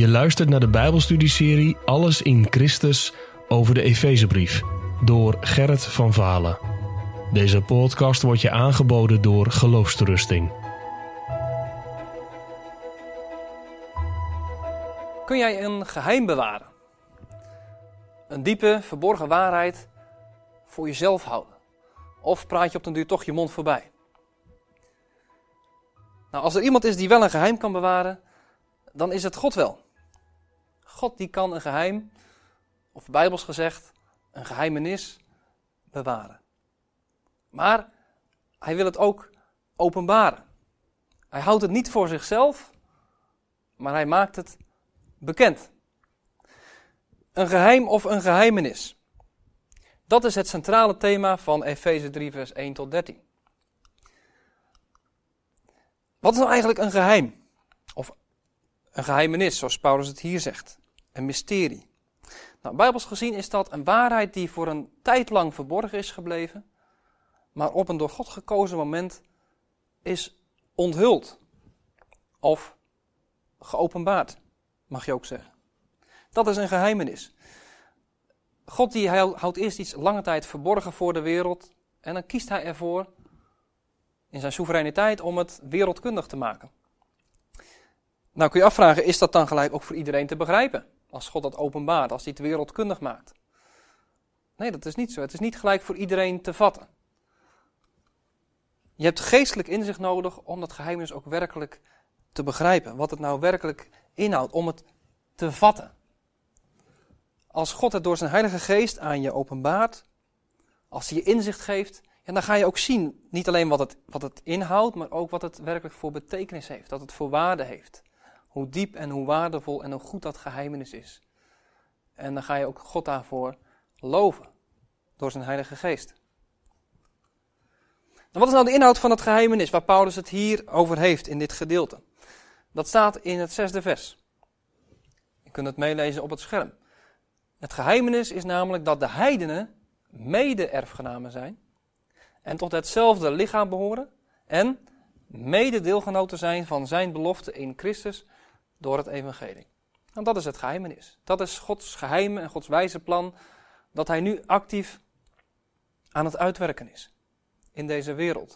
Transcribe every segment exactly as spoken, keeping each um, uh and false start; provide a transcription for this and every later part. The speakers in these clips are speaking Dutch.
Je luistert naar de Bijbelstudieserie Alles in Christus over de Efezebrief door Gerrit van Valen. Deze podcast wordt je aangeboden door Geloofsterusting. Kun jij een geheim bewaren? Een diepe, verborgen waarheid voor jezelf houden? Of praat je op den duur toch je mond voorbij? Nou, als er iemand is die wel een geheim kan bewaren, dan is het God wel. God die kan een geheim, of bijbels gezegd, een geheimenis bewaren. Maar hij wil het ook openbaren. Hij houdt het niet voor zichzelf, maar hij maakt het bekend. Een geheim of een geheimenis. Dat is het centrale thema van Efeze drie vers één tot dertien. Wat is nou eigenlijk een geheim? Of een geheimenis, zoals Paulus het hier zegt. Een mysterie. Nou, bijbels gezien is dat een waarheid die voor een tijd lang verborgen is gebleven, maar op een door God gekozen moment is onthuld. Of geopenbaard, mag je ook zeggen. Dat is een geheimenis. God die houdt eerst iets lange tijd verborgen voor de wereld en dan kiest hij ervoor in zijn soevereiniteit om het wereldkundig te maken. Nou kun je afvragen, is dat dan gelijk ook voor iedereen te begrijpen? Als God dat openbaart, als hij het wereldkundig maakt. Nee, dat is niet zo. Het is niet gelijk voor iedereen te vatten. Je hebt geestelijk inzicht nodig om dat geheimenis ook werkelijk te begrijpen. Wat het nou werkelijk inhoudt, om het te vatten. Als God het door zijn Heilige Geest aan je openbaart, als hij je inzicht geeft, en dan ga je ook zien, niet alleen wat het, wat het inhoudt, maar ook wat het werkelijk voor betekenis heeft, dat het voor waarde heeft. Hoe diep en hoe waardevol en hoe goed dat geheimenis is. En dan ga je ook God daarvoor loven, door zijn Heilige Geest. En wat is nou de inhoud van het geheimenis, waar Paulus het hier over heeft in dit gedeelte? Dat staat in het zesde vers. Je kunt het meelezen op het scherm. Het geheimenis is namelijk dat de heidenen mede-erfgenamen zijn en tot hetzelfde lichaam behoren en mede-deelgenoten zijn van zijn belofte in Christus door het evangelie. En dat is het geheimenis. Dat is Gods geheime en Gods wijze plan dat hij nu actief aan het uitwerken is in deze wereld.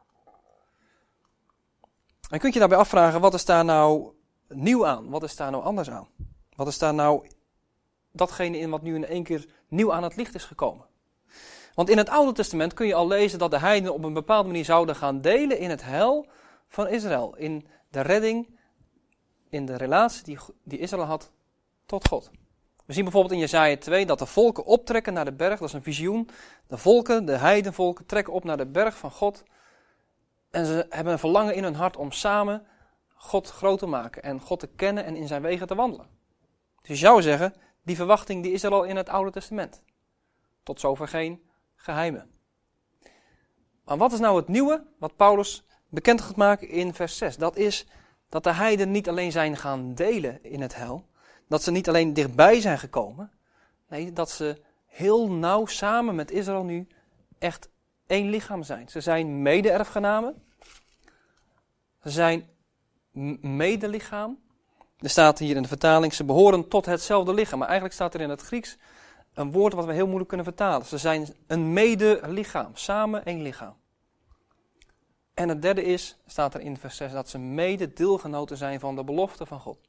En kunt je daarbij afvragen, wat is daar nou nieuw aan? Wat is daar nou anders aan? Wat is daar nou datgene in wat nu in één keer nieuw aan het licht is gekomen? Want in het Oude Testament kun je al lezen dat de heidenen op een bepaalde manier zouden gaan delen in het heil van Israël. In de redding, in de relatie die, die Israël had tot God. We zien bijvoorbeeld in Jesaja twee dat de volken optrekken naar de berg, dat is een visioen. De volken, de heidenvolken, trekken op naar de berg van God. En ze hebben een verlangen in hun hart om samen God groot te maken en God te kennen en in zijn wegen te wandelen. Dus je zou zeggen, die verwachting die is er al in het Oude Testament. Tot zover geen geheimen. Maar wat is nou het nieuwe wat Paulus bekend gaat maken in vers zes? Dat is dat de heiden niet alleen zijn gaan delen in het heil. Dat ze niet alleen dichtbij zijn gekomen. Nee, dat ze heel nauw samen met Israël nu echt één lichaam zijn. Ze zijn mede-erfgenamen. Ze zijn medelichaam. Er staat hier in de vertaling, ze behoren tot hetzelfde lichaam. Maar eigenlijk staat er in het Grieks een woord wat we heel moeilijk kunnen vertalen. Ze zijn een medelichaam, samen één lichaam. En het derde is, staat er in vers zes, dat ze mede-deelgenoten zijn van de belofte van God.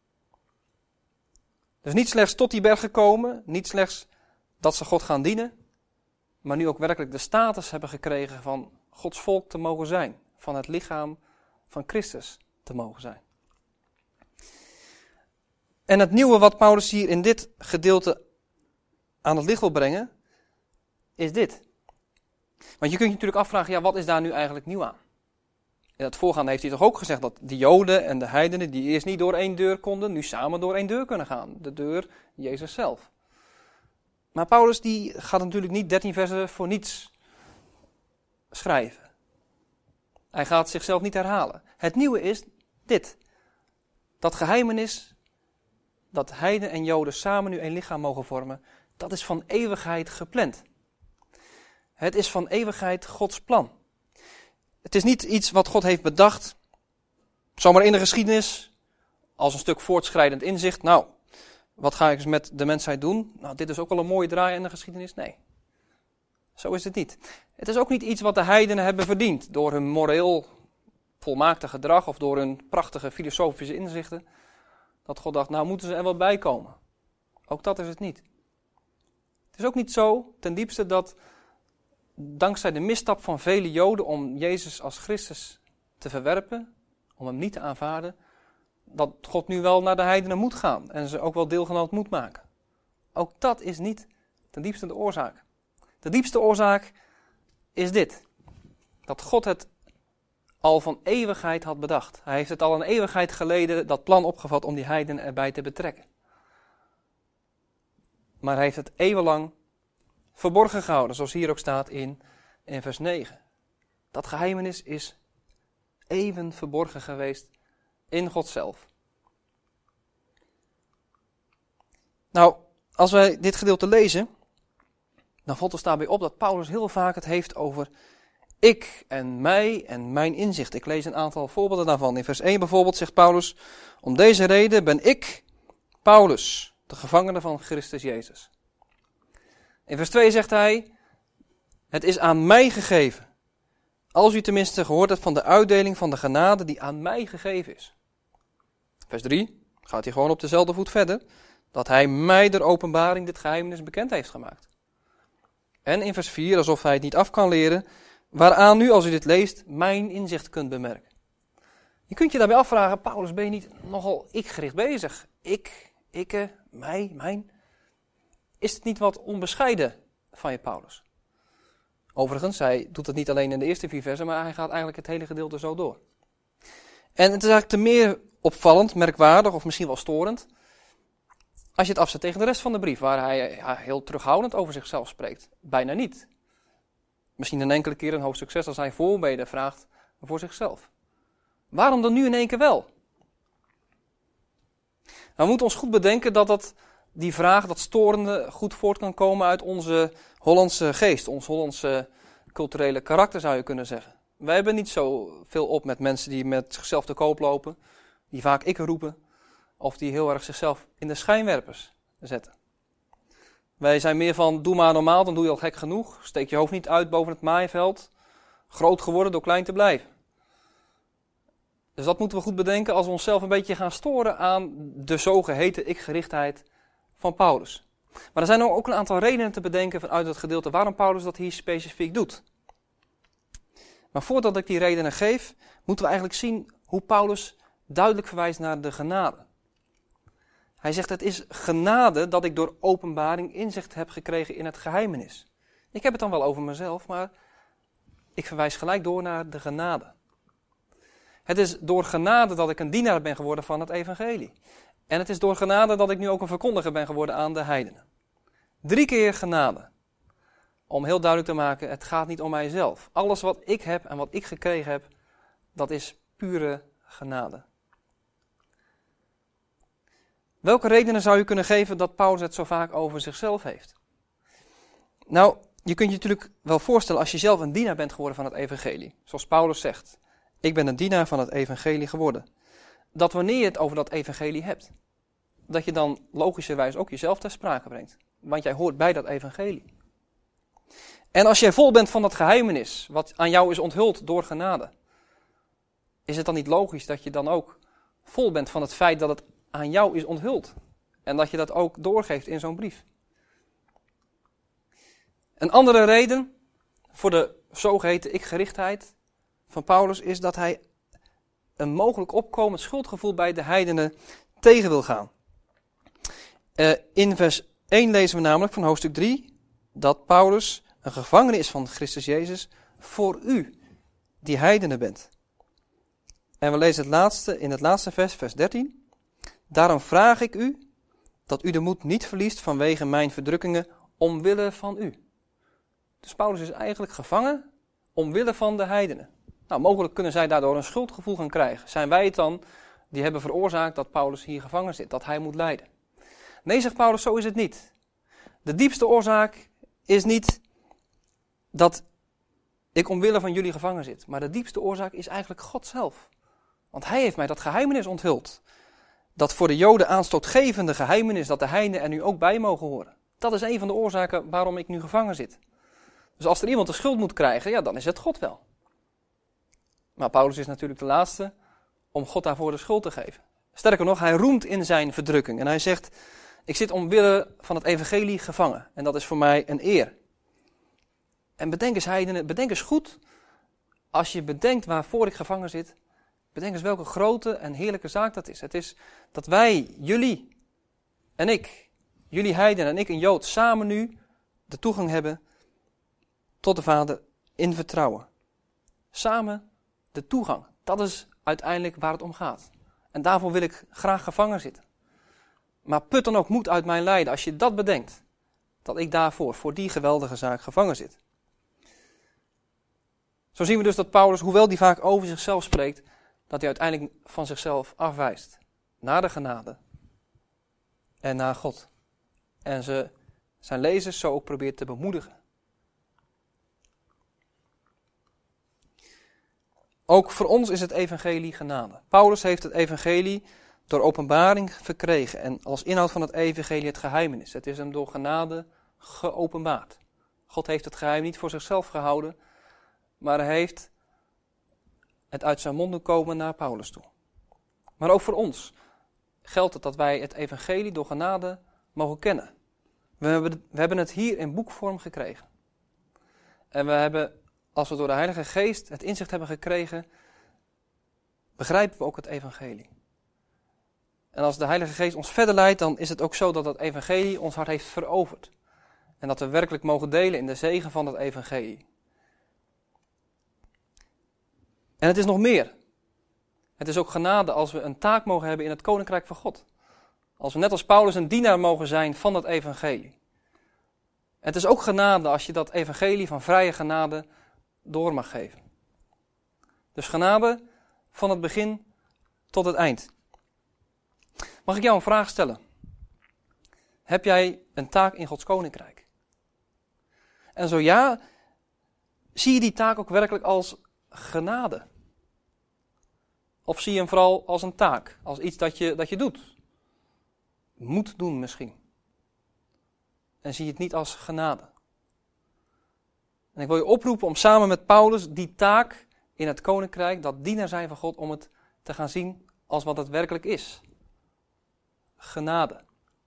Dus niet slechts tot die berg gekomen, niet slechts dat ze God gaan dienen, maar nu ook werkelijk de status hebben gekregen van Gods volk te mogen zijn. Van het lichaam van Christus te mogen zijn. En het nieuwe wat Paulus hier in dit gedeelte aan het licht wil brengen, is dit. Want je kunt je natuurlijk afvragen, ja, wat is daar nu eigenlijk nieuw aan? In het voorgaande heeft hij toch ook gezegd dat de Joden en de heidenen, die eerst niet door één deur konden, nu samen door één deur kunnen gaan. De deur Jezus zelf. Maar Paulus die gaat natuurlijk niet dertien versen voor niets schrijven. Hij gaat zichzelf niet herhalen. Het nieuwe is dit. Dat geheimenis, dat heiden en Joden samen nu één lichaam mogen vormen, dat is van eeuwigheid gepland. Het is van eeuwigheid Gods plan. Het is niet iets wat God heeft bedacht, zomaar in de geschiedenis, als een stuk voortschrijdend inzicht. Nou, wat ga ik eens met de mensheid doen? Nou, dit is ook wel een mooie draai in de geschiedenis. Nee, zo is het niet. Het is ook niet iets wat de heidenen hebben verdiend door hun moreel volmaakte gedrag of door hun prachtige filosofische inzichten. Dat God dacht, nou moeten ze er wel bij komen. Ook dat is het niet. Het is ook niet zo, ten diepste, dat dankzij de misstap van vele Joden om Jezus als Christus te verwerpen, om hem niet te aanvaarden, dat God nu wel naar de heidenen moet gaan en ze ook wel deelgenoot moet maken. Ook dat is niet ten diepste de oorzaak. De diepste oorzaak is dit. Dat God het al van eeuwigheid had bedacht. Hij heeft het al een eeuwigheid geleden dat plan opgevat om die heidenen erbij te betrekken. Maar hij heeft het eeuwenlang verborgen gehouden, zoals hier ook staat in, in vers negen. Dat geheimenis is even verborgen geweest in God zelf. Nou, als wij dit gedeelte lezen, dan valt ons daarbij op dat Paulus heel vaak het heeft over ik en mij en mijn inzicht. Ik lees een aantal voorbeelden daarvan. In vers één bijvoorbeeld zegt Paulus, om deze reden ben ik, Paulus, de gevangene van Christus Jezus. In vers twee zegt hij, het is aan mij gegeven. Als u tenminste gehoord hebt van de uitdeling van de genade die aan mij gegeven is. Vers drie gaat hij gewoon op dezelfde voet verder. Dat hij mij door openbaring dit geheimenis bekend heeft gemaakt. En in vers vier, alsof hij het niet af kan leren, waaraan u, als u dit leest, mijn inzicht kunt bemerken. Je kunt je daarbij afvragen, Paulus, ben je niet nogal ik-gericht bezig? Ik, ikke, mij, mijn. Is het niet wat onbescheiden van je, Paulus? Overigens, hij doet het niet alleen in de eerste vier versen, maar hij gaat eigenlijk het hele gedeelte zo door. En het is eigenlijk te meer opvallend, merkwaardig of misschien wel storend, als je het afzet tegen de rest van de brief, waar hij ja, heel terughoudend over zichzelf spreekt. Bijna niet. Misschien een enkele keer een hoofdstuk zes als hij voorbeden vraagt voor zichzelf. Waarom dan nu in één keer wel? Nou, we moeten ons goed bedenken dat dat, die vraag, dat storende, goed voort kan komen uit onze Hollandse geest, ons Hollandse culturele karakter zou je kunnen zeggen. Wij hebben niet zo veel op met mensen die met zichzelf te koop lopen, die vaak ik roepen, of die heel erg zichzelf in de schijnwerpers zetten. Wij zijn meer van, doe maar normaal, dan doe je al gek genoeg. Steek je hoofd niet uit boven het maaiveld. Groot geworden door klein te blijven. Dus dat moeten we goed bedenken als we onszelf een beetje gaan storen aan de zogeheten ik-gerichtheid van Paulus. Maar er zijn ook een aantal redenen te bedenken vanuit het gedeelte waarom Paulus dat hier specifiek doet. Maar voordat ik die redenen geef, moeten we eigenlijk zien hoe Paulus duidelijk verwijst naar de genade. Hij zegt, het is genade dat ik door openbaring inzicht heb gekregen in het geheimenis. Ik heb het dan wel over mezelf, maar ik verwijs gelijk door naar de genade. Het is door genade dat ik een dienaar ben geworden van het evangelie. En het is door genade dat ik nu ook een verkondiger ben geworden aan de heidenen. Drie keer genade. Om heel duidelijk te maken, het gaat niet om mijzelf. Alles wat ik heb en wat ik gekregen heb, dat is pure genade. Welke redenen zou je kunnen geven dat Paulus het zo vaak over zichzelf heeft? Nou, je kunt je natuurlijk wel voorstellen als je zelf een dienaar bent geworden van het evangelie. Zoals Paulus zegt, ik ben een dienaar van het evangelie geworden. Dat wanneer je het over dat evangelie hebt, dat je dan logischerwijs ook jezelf ter sprake brengt. Want jij hoort bij dat evangelie. En als jij vol bent van dat geheimenis, wat aan jou is onthuld door genade, is het dan niet logisch dat je dan ook vol bent van het feit dat het aan jou is onthuld. En dat je dat ook doorgeeft in zo'n brief. Een andere reden voor de zogeheten ik-gerichtheid van Paulus is dat hij een mogelijk opkomend schuldgevoel bij de heidenen tegen wil gaan. Uh, in vers één lezen we namelijk van hoofdstuk drie dat Paulus een gevangene is van Christus Jezus voor u, die heidenen bent. En we lezen het laatste, in het laatste vers, vers dertien. Daarom vraag ik u dat u de moed niet verliest vanwege mijn verdrukkingen omwille van u. Dus Paulus is eigenlijk gevangen omwille van de heidenen. Nou, mogelijk kunnen zij daardoor een schuldgevoel gaan krijgen. Zijn wij het dan die hebben veroorzaakt dat Paulus hier gevangen zit, dat hij moet lijden? Nee, zegt Paulus, zo is het niet. De diepste oorzaak is niet dat ik omwille van jullie gevangen zit. Maar de diepste oorzaak is eigenlijk God zelf. Want hij heeft mij dat geheimenis onthuld. dat voor de Joden aanstootgevende geheimenis dat de heidenen er nu ook bij mogen horen. Dat is een van de oorzaken waarom ik nu gevangen zit. Dus als er iemand de schuld moet krijgen, ja, dan is het God wel. Maar Paulus is natuurlijk de laatste om God daarvoor de schuld te geven. Sterker nog, hij roemt in zijn verdrukking. En hij zegt, ik zit omwille van het evangelie gevangen. En dat is voor mij een eer. En bedenk eens, heidenen, bedenk eens goed, als je bedenkt waarvoor ik gevangen zit, bedenk eens welke grote en heerlijke zaak dat is. Het is dat wij, jullie en ik, jullie heidenen en ik, een Jood, samen nu de toegang hebben tot de Vader in vertrouwen. Samen de toegang. Dat is uiteindelijk waar het om gaat. En daarvoor wil ik graag gevangen zitten. Maar put dan ook moed uit mijn lijden als je dat bedenkt. Dat ik daarvoor, voor die geweldige zaak gevangen zit. Zo zien we dus dat Paulus, hoewel hij vaak over zichzelf spreekt, dat hij uiteindelijk van zichzelf afwijst. Naar de genade. En naar God. En ze, zijn lezers zo ook probeert te bemoedigen. Ook voor ons is het evangelie genade. Paulus heeft het evangelie door openbaring verkregen. En als inhoud van het evangelie het geheimenis. Het is hem door genade geopenbaard. God heeft het geheim niet voor zichzelf gehouden, maar hij heeft het uit zijn mond doen komen naar Paulus toe. Maar ook voor ons geldt het dat wij het evangelie door genade mogen kennen. We hebben, we hebben het hier in boekvorm gekregen. En we hebben, als we door de Heilige Geest het inzicht hebben gekregen, begrijpen we ook het evangelie. En als de Heilige Geest ons verder leidt, dan is het ook zo dat het evangelie ons hart heeft veroverd. En dat we werkelijk mogen delen in de zegen van het evangelie. En het is nog meer. Het is ook genade als we een taak mogen hebben in het Koninkrijk van God. Als we net als Paulus een dienaar mogen zijn van het evangelie. Het is ook genade als je dat evangelie van vrije genade door mag geven. Dus genade van het begin tot het eind. Mag ik jou een vraag stellen? Heb jij een taak in Gods Koninkrijk? En zo ja, zie je die taak ook werkelijk als genade? Of zie je hem vooral als een taak, als iets dat je, dat je doet? Moet doen misschien. En zie je het niet als genade. En ik wil je oproepen om samen met Paulus die taak in het Koninkrijk, dat dienaar zijn van God, om het te gaan zien als wat het werkelijk is. Genade.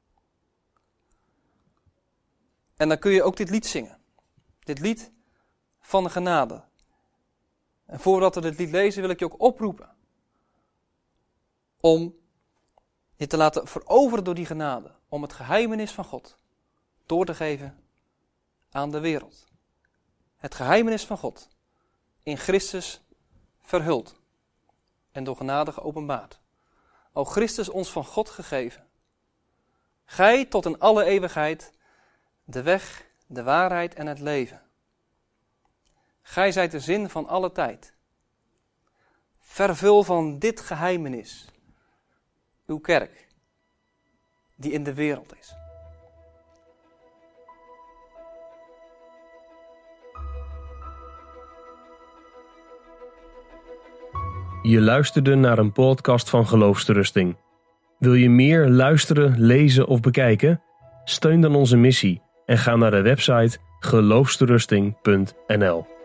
En dan kun je ook dit lied zingen. Dit lied van de genade. En voordat we dit lied lezen wil ik je ook oproepen om je te laten veroveren door die genade. Om het geheimenis van God door te geven aan de wereld. Het geheimenis van God in Christus verhuld en door genade geopenbaard. O Christus ons van God gegeven. Gij tot in alle eeuwigheid de weg, de waarheid en het leven. Gij zijt de zin van alle tijd. Vervul van dit geheimenis uw kerk, die in de wereld is. Je luisterde naar een podcast van Geloofsterusting. Wil je meer luisteren, lezen of bekijken? Steun dan onze missie en ga naar de website geloofsterusting punt n l.